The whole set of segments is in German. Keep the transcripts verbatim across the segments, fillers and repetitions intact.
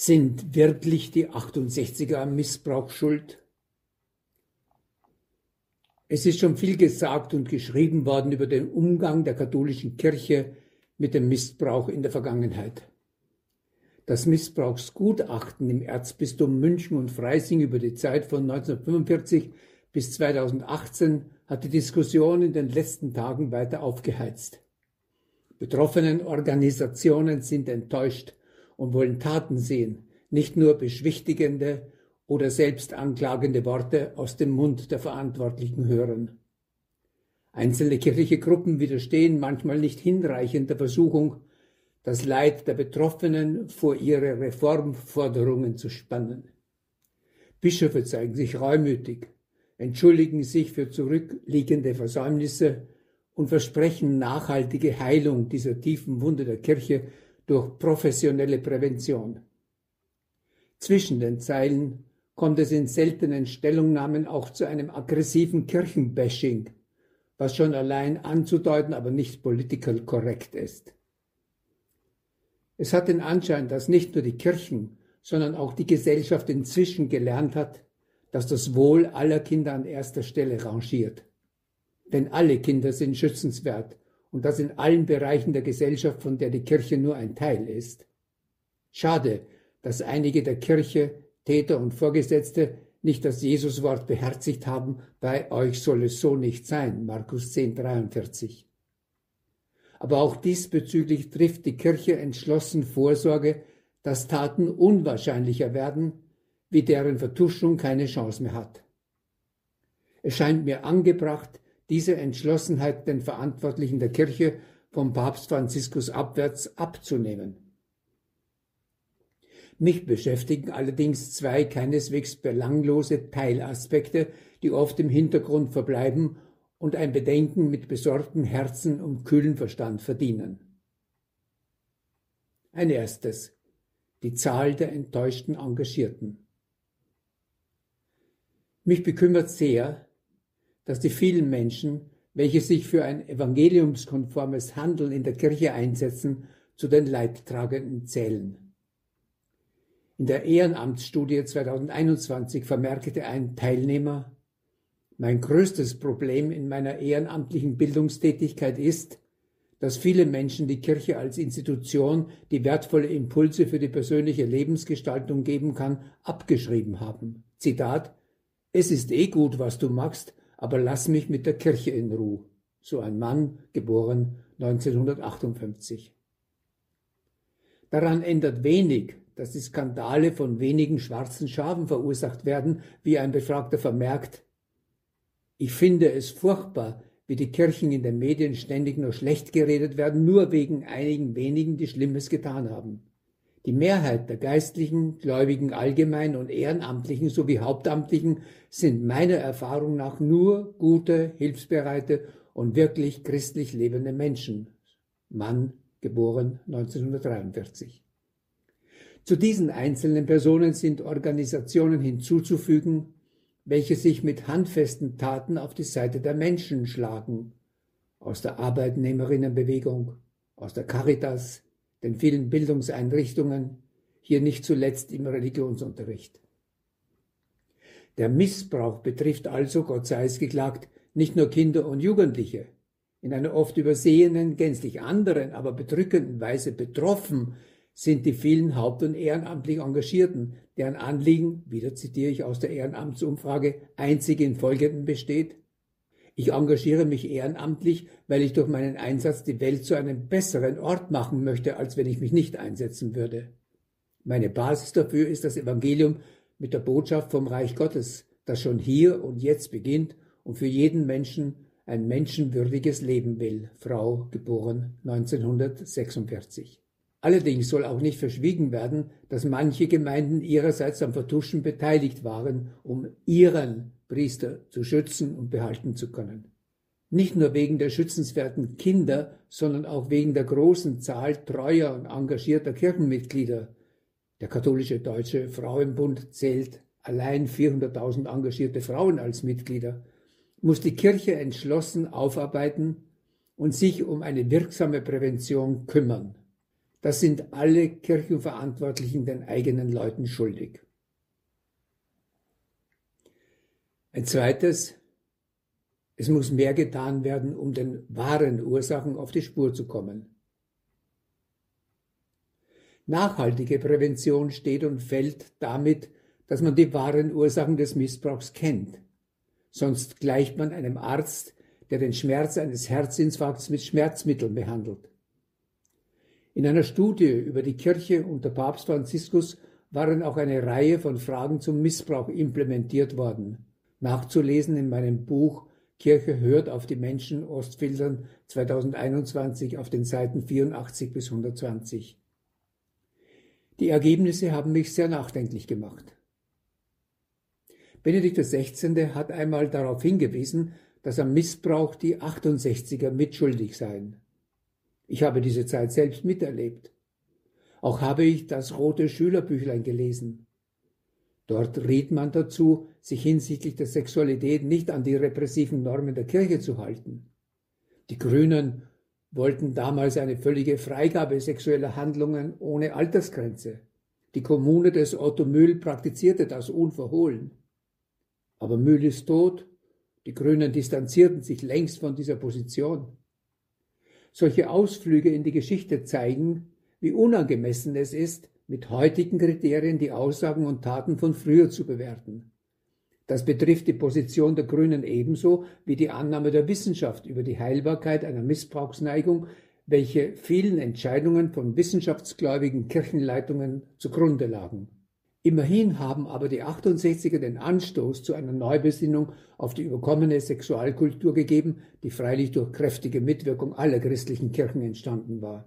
Sind wirklich die achtundsechziger am Missbrauch schuld? Es ist schon viel gesagt und geschrieben worden über den Umgang der katholischen Kirche mit dem Missbrauch in der Vergangenheit. Das Missbrauchsgutachten im Erzbistum München und Freising über die Zeit von neunzehnhundertfünfundvierzig bis zweitausendachtzehn hat die Diskussion in den letzten Tagen weiter aufgeheizt. Betroffenen Organisationen sind enttäuscht und wollen Taten sehen, nicht nur beschwichtigende oder selbstanklagende Worte aus dem Mund der Verantwortlichen hören. Einzelne kirchliche Gruppen widerstehen manchmal nicht hinreichend der Versuchung, das Leid der Betroffenen vor ihre Reformforderungen zu spannen. Bischöfe zeigen sich reumütig, entschuldigen sich für zurückliegende Versäumnisse und versprechen nachhaltige Heilung dieser tiefen Wunde der Kirche durch professionelle Prävention. Zwischen den Zeilen kommt es in seltenen Stellungnahmen auch zu einem aggressiven Kirchenbashing, was schon allein anzudeuten, aber nicht political korrekt ist. Es hat den Anschein, dass nicht nur die Kirchen, sondern auch die Gesellschaft inzwischen gelernt hat, dass das Wohl aller Kinder an erster Stelle rangiert. Denn alle Kinder sind schützenswert und das in allen Bereichen der Gesellschaft, von der die Kirche nur ein Teil ist. Schade, dass einige der Kirche, Täter und Vorgesetzte, nicht das Jesuswort beherzigt haben, bei euch soll es so nicht sein, Markus zehn, dreiundvierzig. Aber auch diesbezüglich trifft die Kirche entschlossen Vorsorge, dass Taten unwahrscheinlicher werden, wie deren Vertuschung keine Chance mehr hat. Es scheint mir angebracht, diese Entschlossenheit den Verantwortlichen der Kirche vom Papst Franziskus abwärts abzunehmen. Mich beschäftigen allerdings zwei keineswegs belanglose Teilaspekte, die oft im Hintergrund verbleiben und ein Bedenken mit besorgtem Herzen und kühlem Verstand verdienen. Ein erstes: die Zahl der enttäuschten Engagierten. Mich bekümmert sehr, dass die vielen Menschen, welche sich für ein evangeliumskonformes Handeln in der Kirche einsetzen, zu den Leidtragenden zählen. In der Ehrenamtsstudie zweitausendeinundzwanzig vermerkte ein Teilnehmer: Mein größtes Problem in meiner ehrenamtlichen Bildungstätigkeit ist, dass viele Menschen die Kirche als Institution, die wertvolle Impulse für die persönliche Lebensgestaltung geben kann, abgeschrieben haben. Zitat: Es ist eh gut, was du machst, aber lass mich mit der Kirche in Ruhe. So ein Mann, geboren neunzehnhundertachtundfünfzig. Daran ändert wenig, dass die Skandale von wenigen schwarzen Schafen verursacht werden, wie ein Befragter vermerkt: Ich finde es furchtbar, wie die Kirchen in den Medien ständig nur schlecht geredet werden, nur wegen einigen wenigen, die Schlimmes getan haben. Die Mehrheit der Geistlichen, Gläubigen allgemein und Ehrenamtlichen sowie Hauptamtlichen sind meiner Erfahrung nach nur gute, hilfsbereite und wirklich christlich lebende Menschen. Mann, geboren neunzehnhundertdreiundvierzig. Zu diesen einzelnen Personen sind Organisationen hinzuzufügen, welche sich mit handfesten Taten auf die Seite der Menschen schlagen. Aus der Arbeitnehmerinnenbewegung, aus der Caritas, den vielen Bildungseinrichtungen, hier nicht zuletzt im Religionsunterricht. Der Missbrauch betrifft also, Gott sei es geklagt, nicht nur Kinder und Jugendliche. In einer oft übersehenen, gänzlich anderen, aber bedrückenden Weise betroffen sind die vielen haupt- und ehrenamtlich Engagierten, deren Anliegen, wieder zitiere ich aus der Ehrenamtsumfrage, einzig in folgendem besteht: Ich engagiere mich ehrenamtlich, weil ich durch meinen Einsatz die Welt zu einem besseren Ort machen möchte, als wenn ich mich nicht einsetzen würde. Meine Basis dafür ist das Evangelium mit der Botschaft vom Reich Gottes, das schon hier und jetzt beginnt und für jeden Menschen ein menschenwürdiges Leben will. Frau, geboren neunzehnhundertsechsundvierzig. Allerdings soll auch nicht verschwiegen werden, dass manche Gemeinden ihrerseits am Vertuschen beteiligt waren, um ihren Priester zu schützen und behalten zu können. Nicht nur wegen der schützenswerten Kinder, sondern auch wegen der großen Zahl treuer und engagierter Kirchenmitglieder. Der katholische Deutsche Frauenbund zählt allein vierhunderttausend engagierte Frauen als Mitglieder, muss die Kirche entschlossen aufarbeiten und sich um eine wirksame Prävention kümmern. Das sind alle Kirchenverantwortlichen den eigenen Leuten schuldig. Ein zweites, es muss mehr getan werden, um den wahren Ursachen auf die Spur zu kommen. Nachhaltige Prävention steht und fällt damit, dass man die wahren Ursachen des Missbrauchs kennt. Sonst gleicht man einem Arzt, der den Schmerz eines Herzinfarkts mit Schmerzmitteln behandelt. In einer Studie über die Kirche unter Papst Franziskus waren auch eine Reihe von Fragen zum Missbrauch implementiert worden. Nachzulesen in meinem Buch Kirche hört auf die Menschen, Ostfildern zweitausendeinundzwanzig auf den Seiten vierundachtzig bis hundertzwanzig. Die Ergebnisse haben mich sehr nachdenklich gemacht. Benedikt der Sechzehnte hat einmal darauf hingewiesen, dass am Missbrauch die achtundsechziger mitschuldig seien. Ich habe diese Zeit selbst miterlebt. Auch habe ich das rote Schülerbüchlein gelesen. Dort riet man dazu, sich hinsichtlich der Sexualität nicht an die repressiven Normen der Kirche zu halten. Die Grünen wollten damals eine völlige Freigabe sexueller Handlungen ohne Altersgrenze. Die Kommune des Otto Mühl praktizierte das unverhohlen. Aber Mühl ist tot. Die Grünen distanzierten sich längst von dieser Position. Solche Ausflüge in die Geschichte zeigen, wie unangemessen es ist, mit heutigen Kriterien die Aussagen und Taten von früher zu bewerten. Das betrifft die Position der Grünen ebenso wie die Annahme der Wissenschaft über die Heilbarkeit einer Missbrauchsneigung, welche vielen Entscheidungen von wissenschaftsgläubigen Kirchenleitungen zugrunde lagen. Immerhin haben aber die achtundsechziger den Anstoß zu einer Neubesinnung auf die überkommene Sexualkultur gegeben, die freilich durch kräftige Mitwirkung aller christlichen Kirchen entstanden war.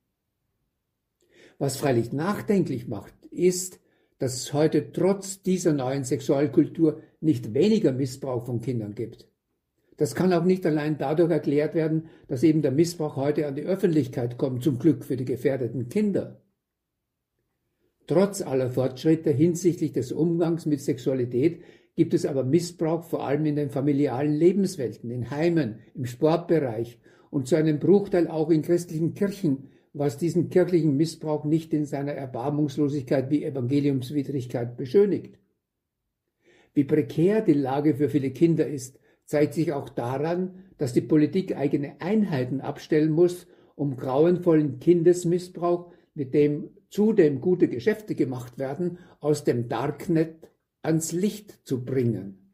Was freilich nachdenklich macht, ist, dass es heute trotz dieser neuen Sexualkultur nicht weniger Missbrauch von Kindern gibt. Das kann auch nicht allein dadurch erklärt werden, dass eben der Missbrauch heute an die Öffentlichkeit kommt, zum Glück für die gefährdeten Kinder. Trotz aller Fortschritte hinsichtlich des Umgangs mit Sexualität gibt es aber Missbrauch vor allem in den familialen Lebenswelten, in Heimen, im Sportbereich und zu einem Bruchteil auch in christlichen Kirchen, was diesen kirchlichen Missbrauch nicht in seiner Erbarmungslosigkeit wie Evangeliumswidrigkeit beschönigt. Wie prekär die Lage für viele Kinder ist, zeigt sich auch daran, dass die Politik eigene Einheiten abstellen muss, um grauenvollen Kindesmissbrauch, mit dem zudem gute Geschäfte gemacht werden, aus dem Darknet ans Licht zu bringen.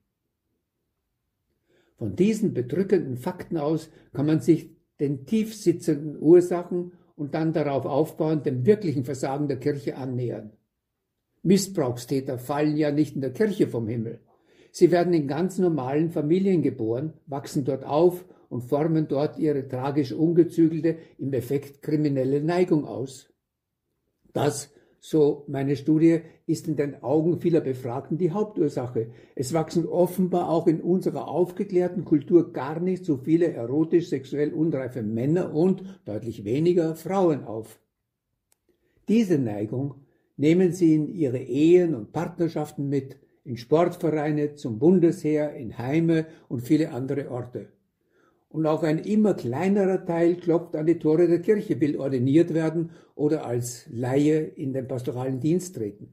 Von diesen bedrückenden Fakten aus kann man sich den tief sitzenden Ursachen und dann darauf aufbauend dem wirklichen Versagen der Kirche annähern. Missbrauchstäter fallen ja nicht in der Kirche vom Himmel. Sie werden in ganz normalen Familien geboren, wachsen dort auf und formen dort ihre tragisch ungezügelte, im Effekt kriminelle Neigung aus. Das, so meine Studie, ist in den Augen vieler Befragten die Hauptursache. Es wachsen offenbar auch in unserer aufgeklärten Kultur gar nicht so viele erotisch sexuell unreife Männer und deutlich weniger Frauen auf. Diese Neigung nehmen sie in ihre Ehen und Partnerschaften mit, in Sportvereine, zum Bundesheer, in Heime und viele andere Orte. Und auch ein immer kleinerer Teil klopft an die Tore der Kirche, will ordiniert werden oder als Laie in den pastoralen Dienst treten.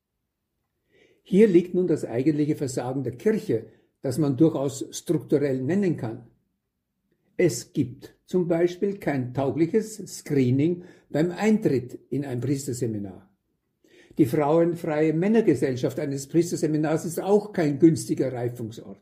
Hier liegt nun das eigentliche Versagen der Kirche, das man durchaus strukturell nennen kann. Es gibt zum Beispiel kein taugliches Screening beim Eintritt in ein Priesterseminar. Die frauenfreie Männergesellschaft eines Priesterseminars ist auch kein günstiger Reifungsort.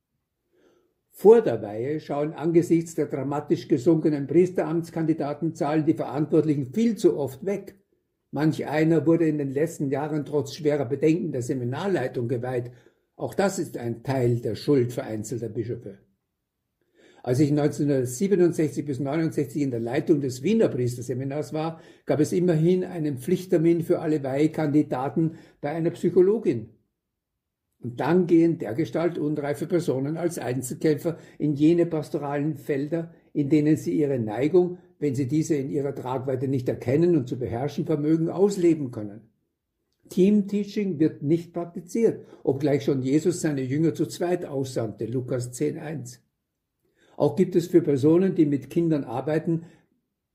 Vor der Weihe schauen angesichts der dramatisch gesunkenen Priesteramtskandidatenzahlen die Verantwortlichen viel zu oft weg. Manch einer wurde in den letzten Jahren trotz schwerer Bedenken der Seminarleitung geweiht. Auch das ist ein Teil der Schuld vereinzelter Bischöfe. Als ich neunzehnhundertsiebenundsechzig bis neunundsechzig in der Leitung des Wiener Priesterseminars war, gab es immerhin einen Pflichttermin für alle Weihekandidaten bei einer Psychologin. Und dann gehen dergestalt unreife Personen als Einzelkämpfer in jene pastoralen Felder, in denen sie ihre Neigung, wenn sie diese in ihrer Tragweite nicht erkennen und zu beherrschen vermögen, ausleben können. Teamteaching wird nicht praktiziert, obgleich schon Jesus seine Jünger zu zweit aussandte, Lukas zehn eins. Auch gibt es für Personen, die mit Kindern arbeiten,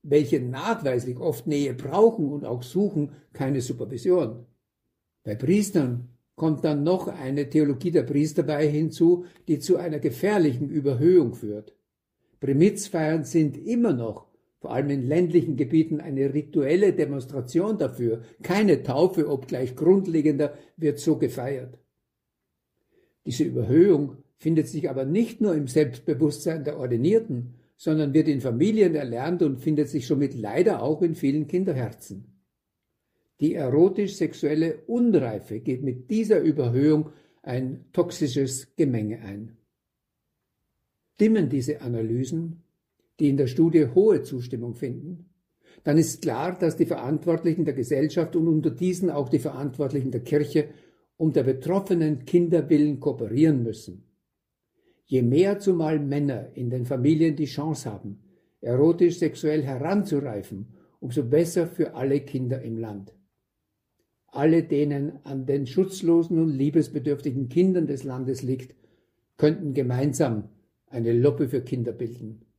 welche nachweislich oft Nähe brauchen und auch suchen, keine Supervision. Bei Priestern kommt dann noch eine Theologie der Priesterweihe hinzu, die zu einer gefährlichen Überhöhung führt. Primizfeiern sind immer noch, vor allem in ländlichen Gebieten, eine rituelle Demonstration dafür. Keine Taufe, obgleich grundlegender, wird so gefeiert. Diese Überhöhung findet sich aber nicht nur im Selbstbewusstsein der Ordinierten, sondern wird in Familien erlernt und findet sich somit leider auch in vielen Kinderherzen. Die erotisch-sexuelle Unreife geht mit dieser Überhöhung ein toxisches Gemenge ein. Stimmen diese Analysen, die in der Studie hohe Zustimmung finden, dann ist klar, dass die Verantwortlichen der Gesellschaft und unter diesen auch die Verantwortlichen der Kirche um der betroffenen Kinder willen kooperieren müssen. Je mehr zumal Männer in den Familien die Chance haben, erotisch-sexuell heranzureifen, umso besser für alle Kinder im Land. Alle, denen an den schutzlosen und liebesbedürftigen Kindern des Landes liegt, könnten gemeinsam eine Lobby für Kinder bilden.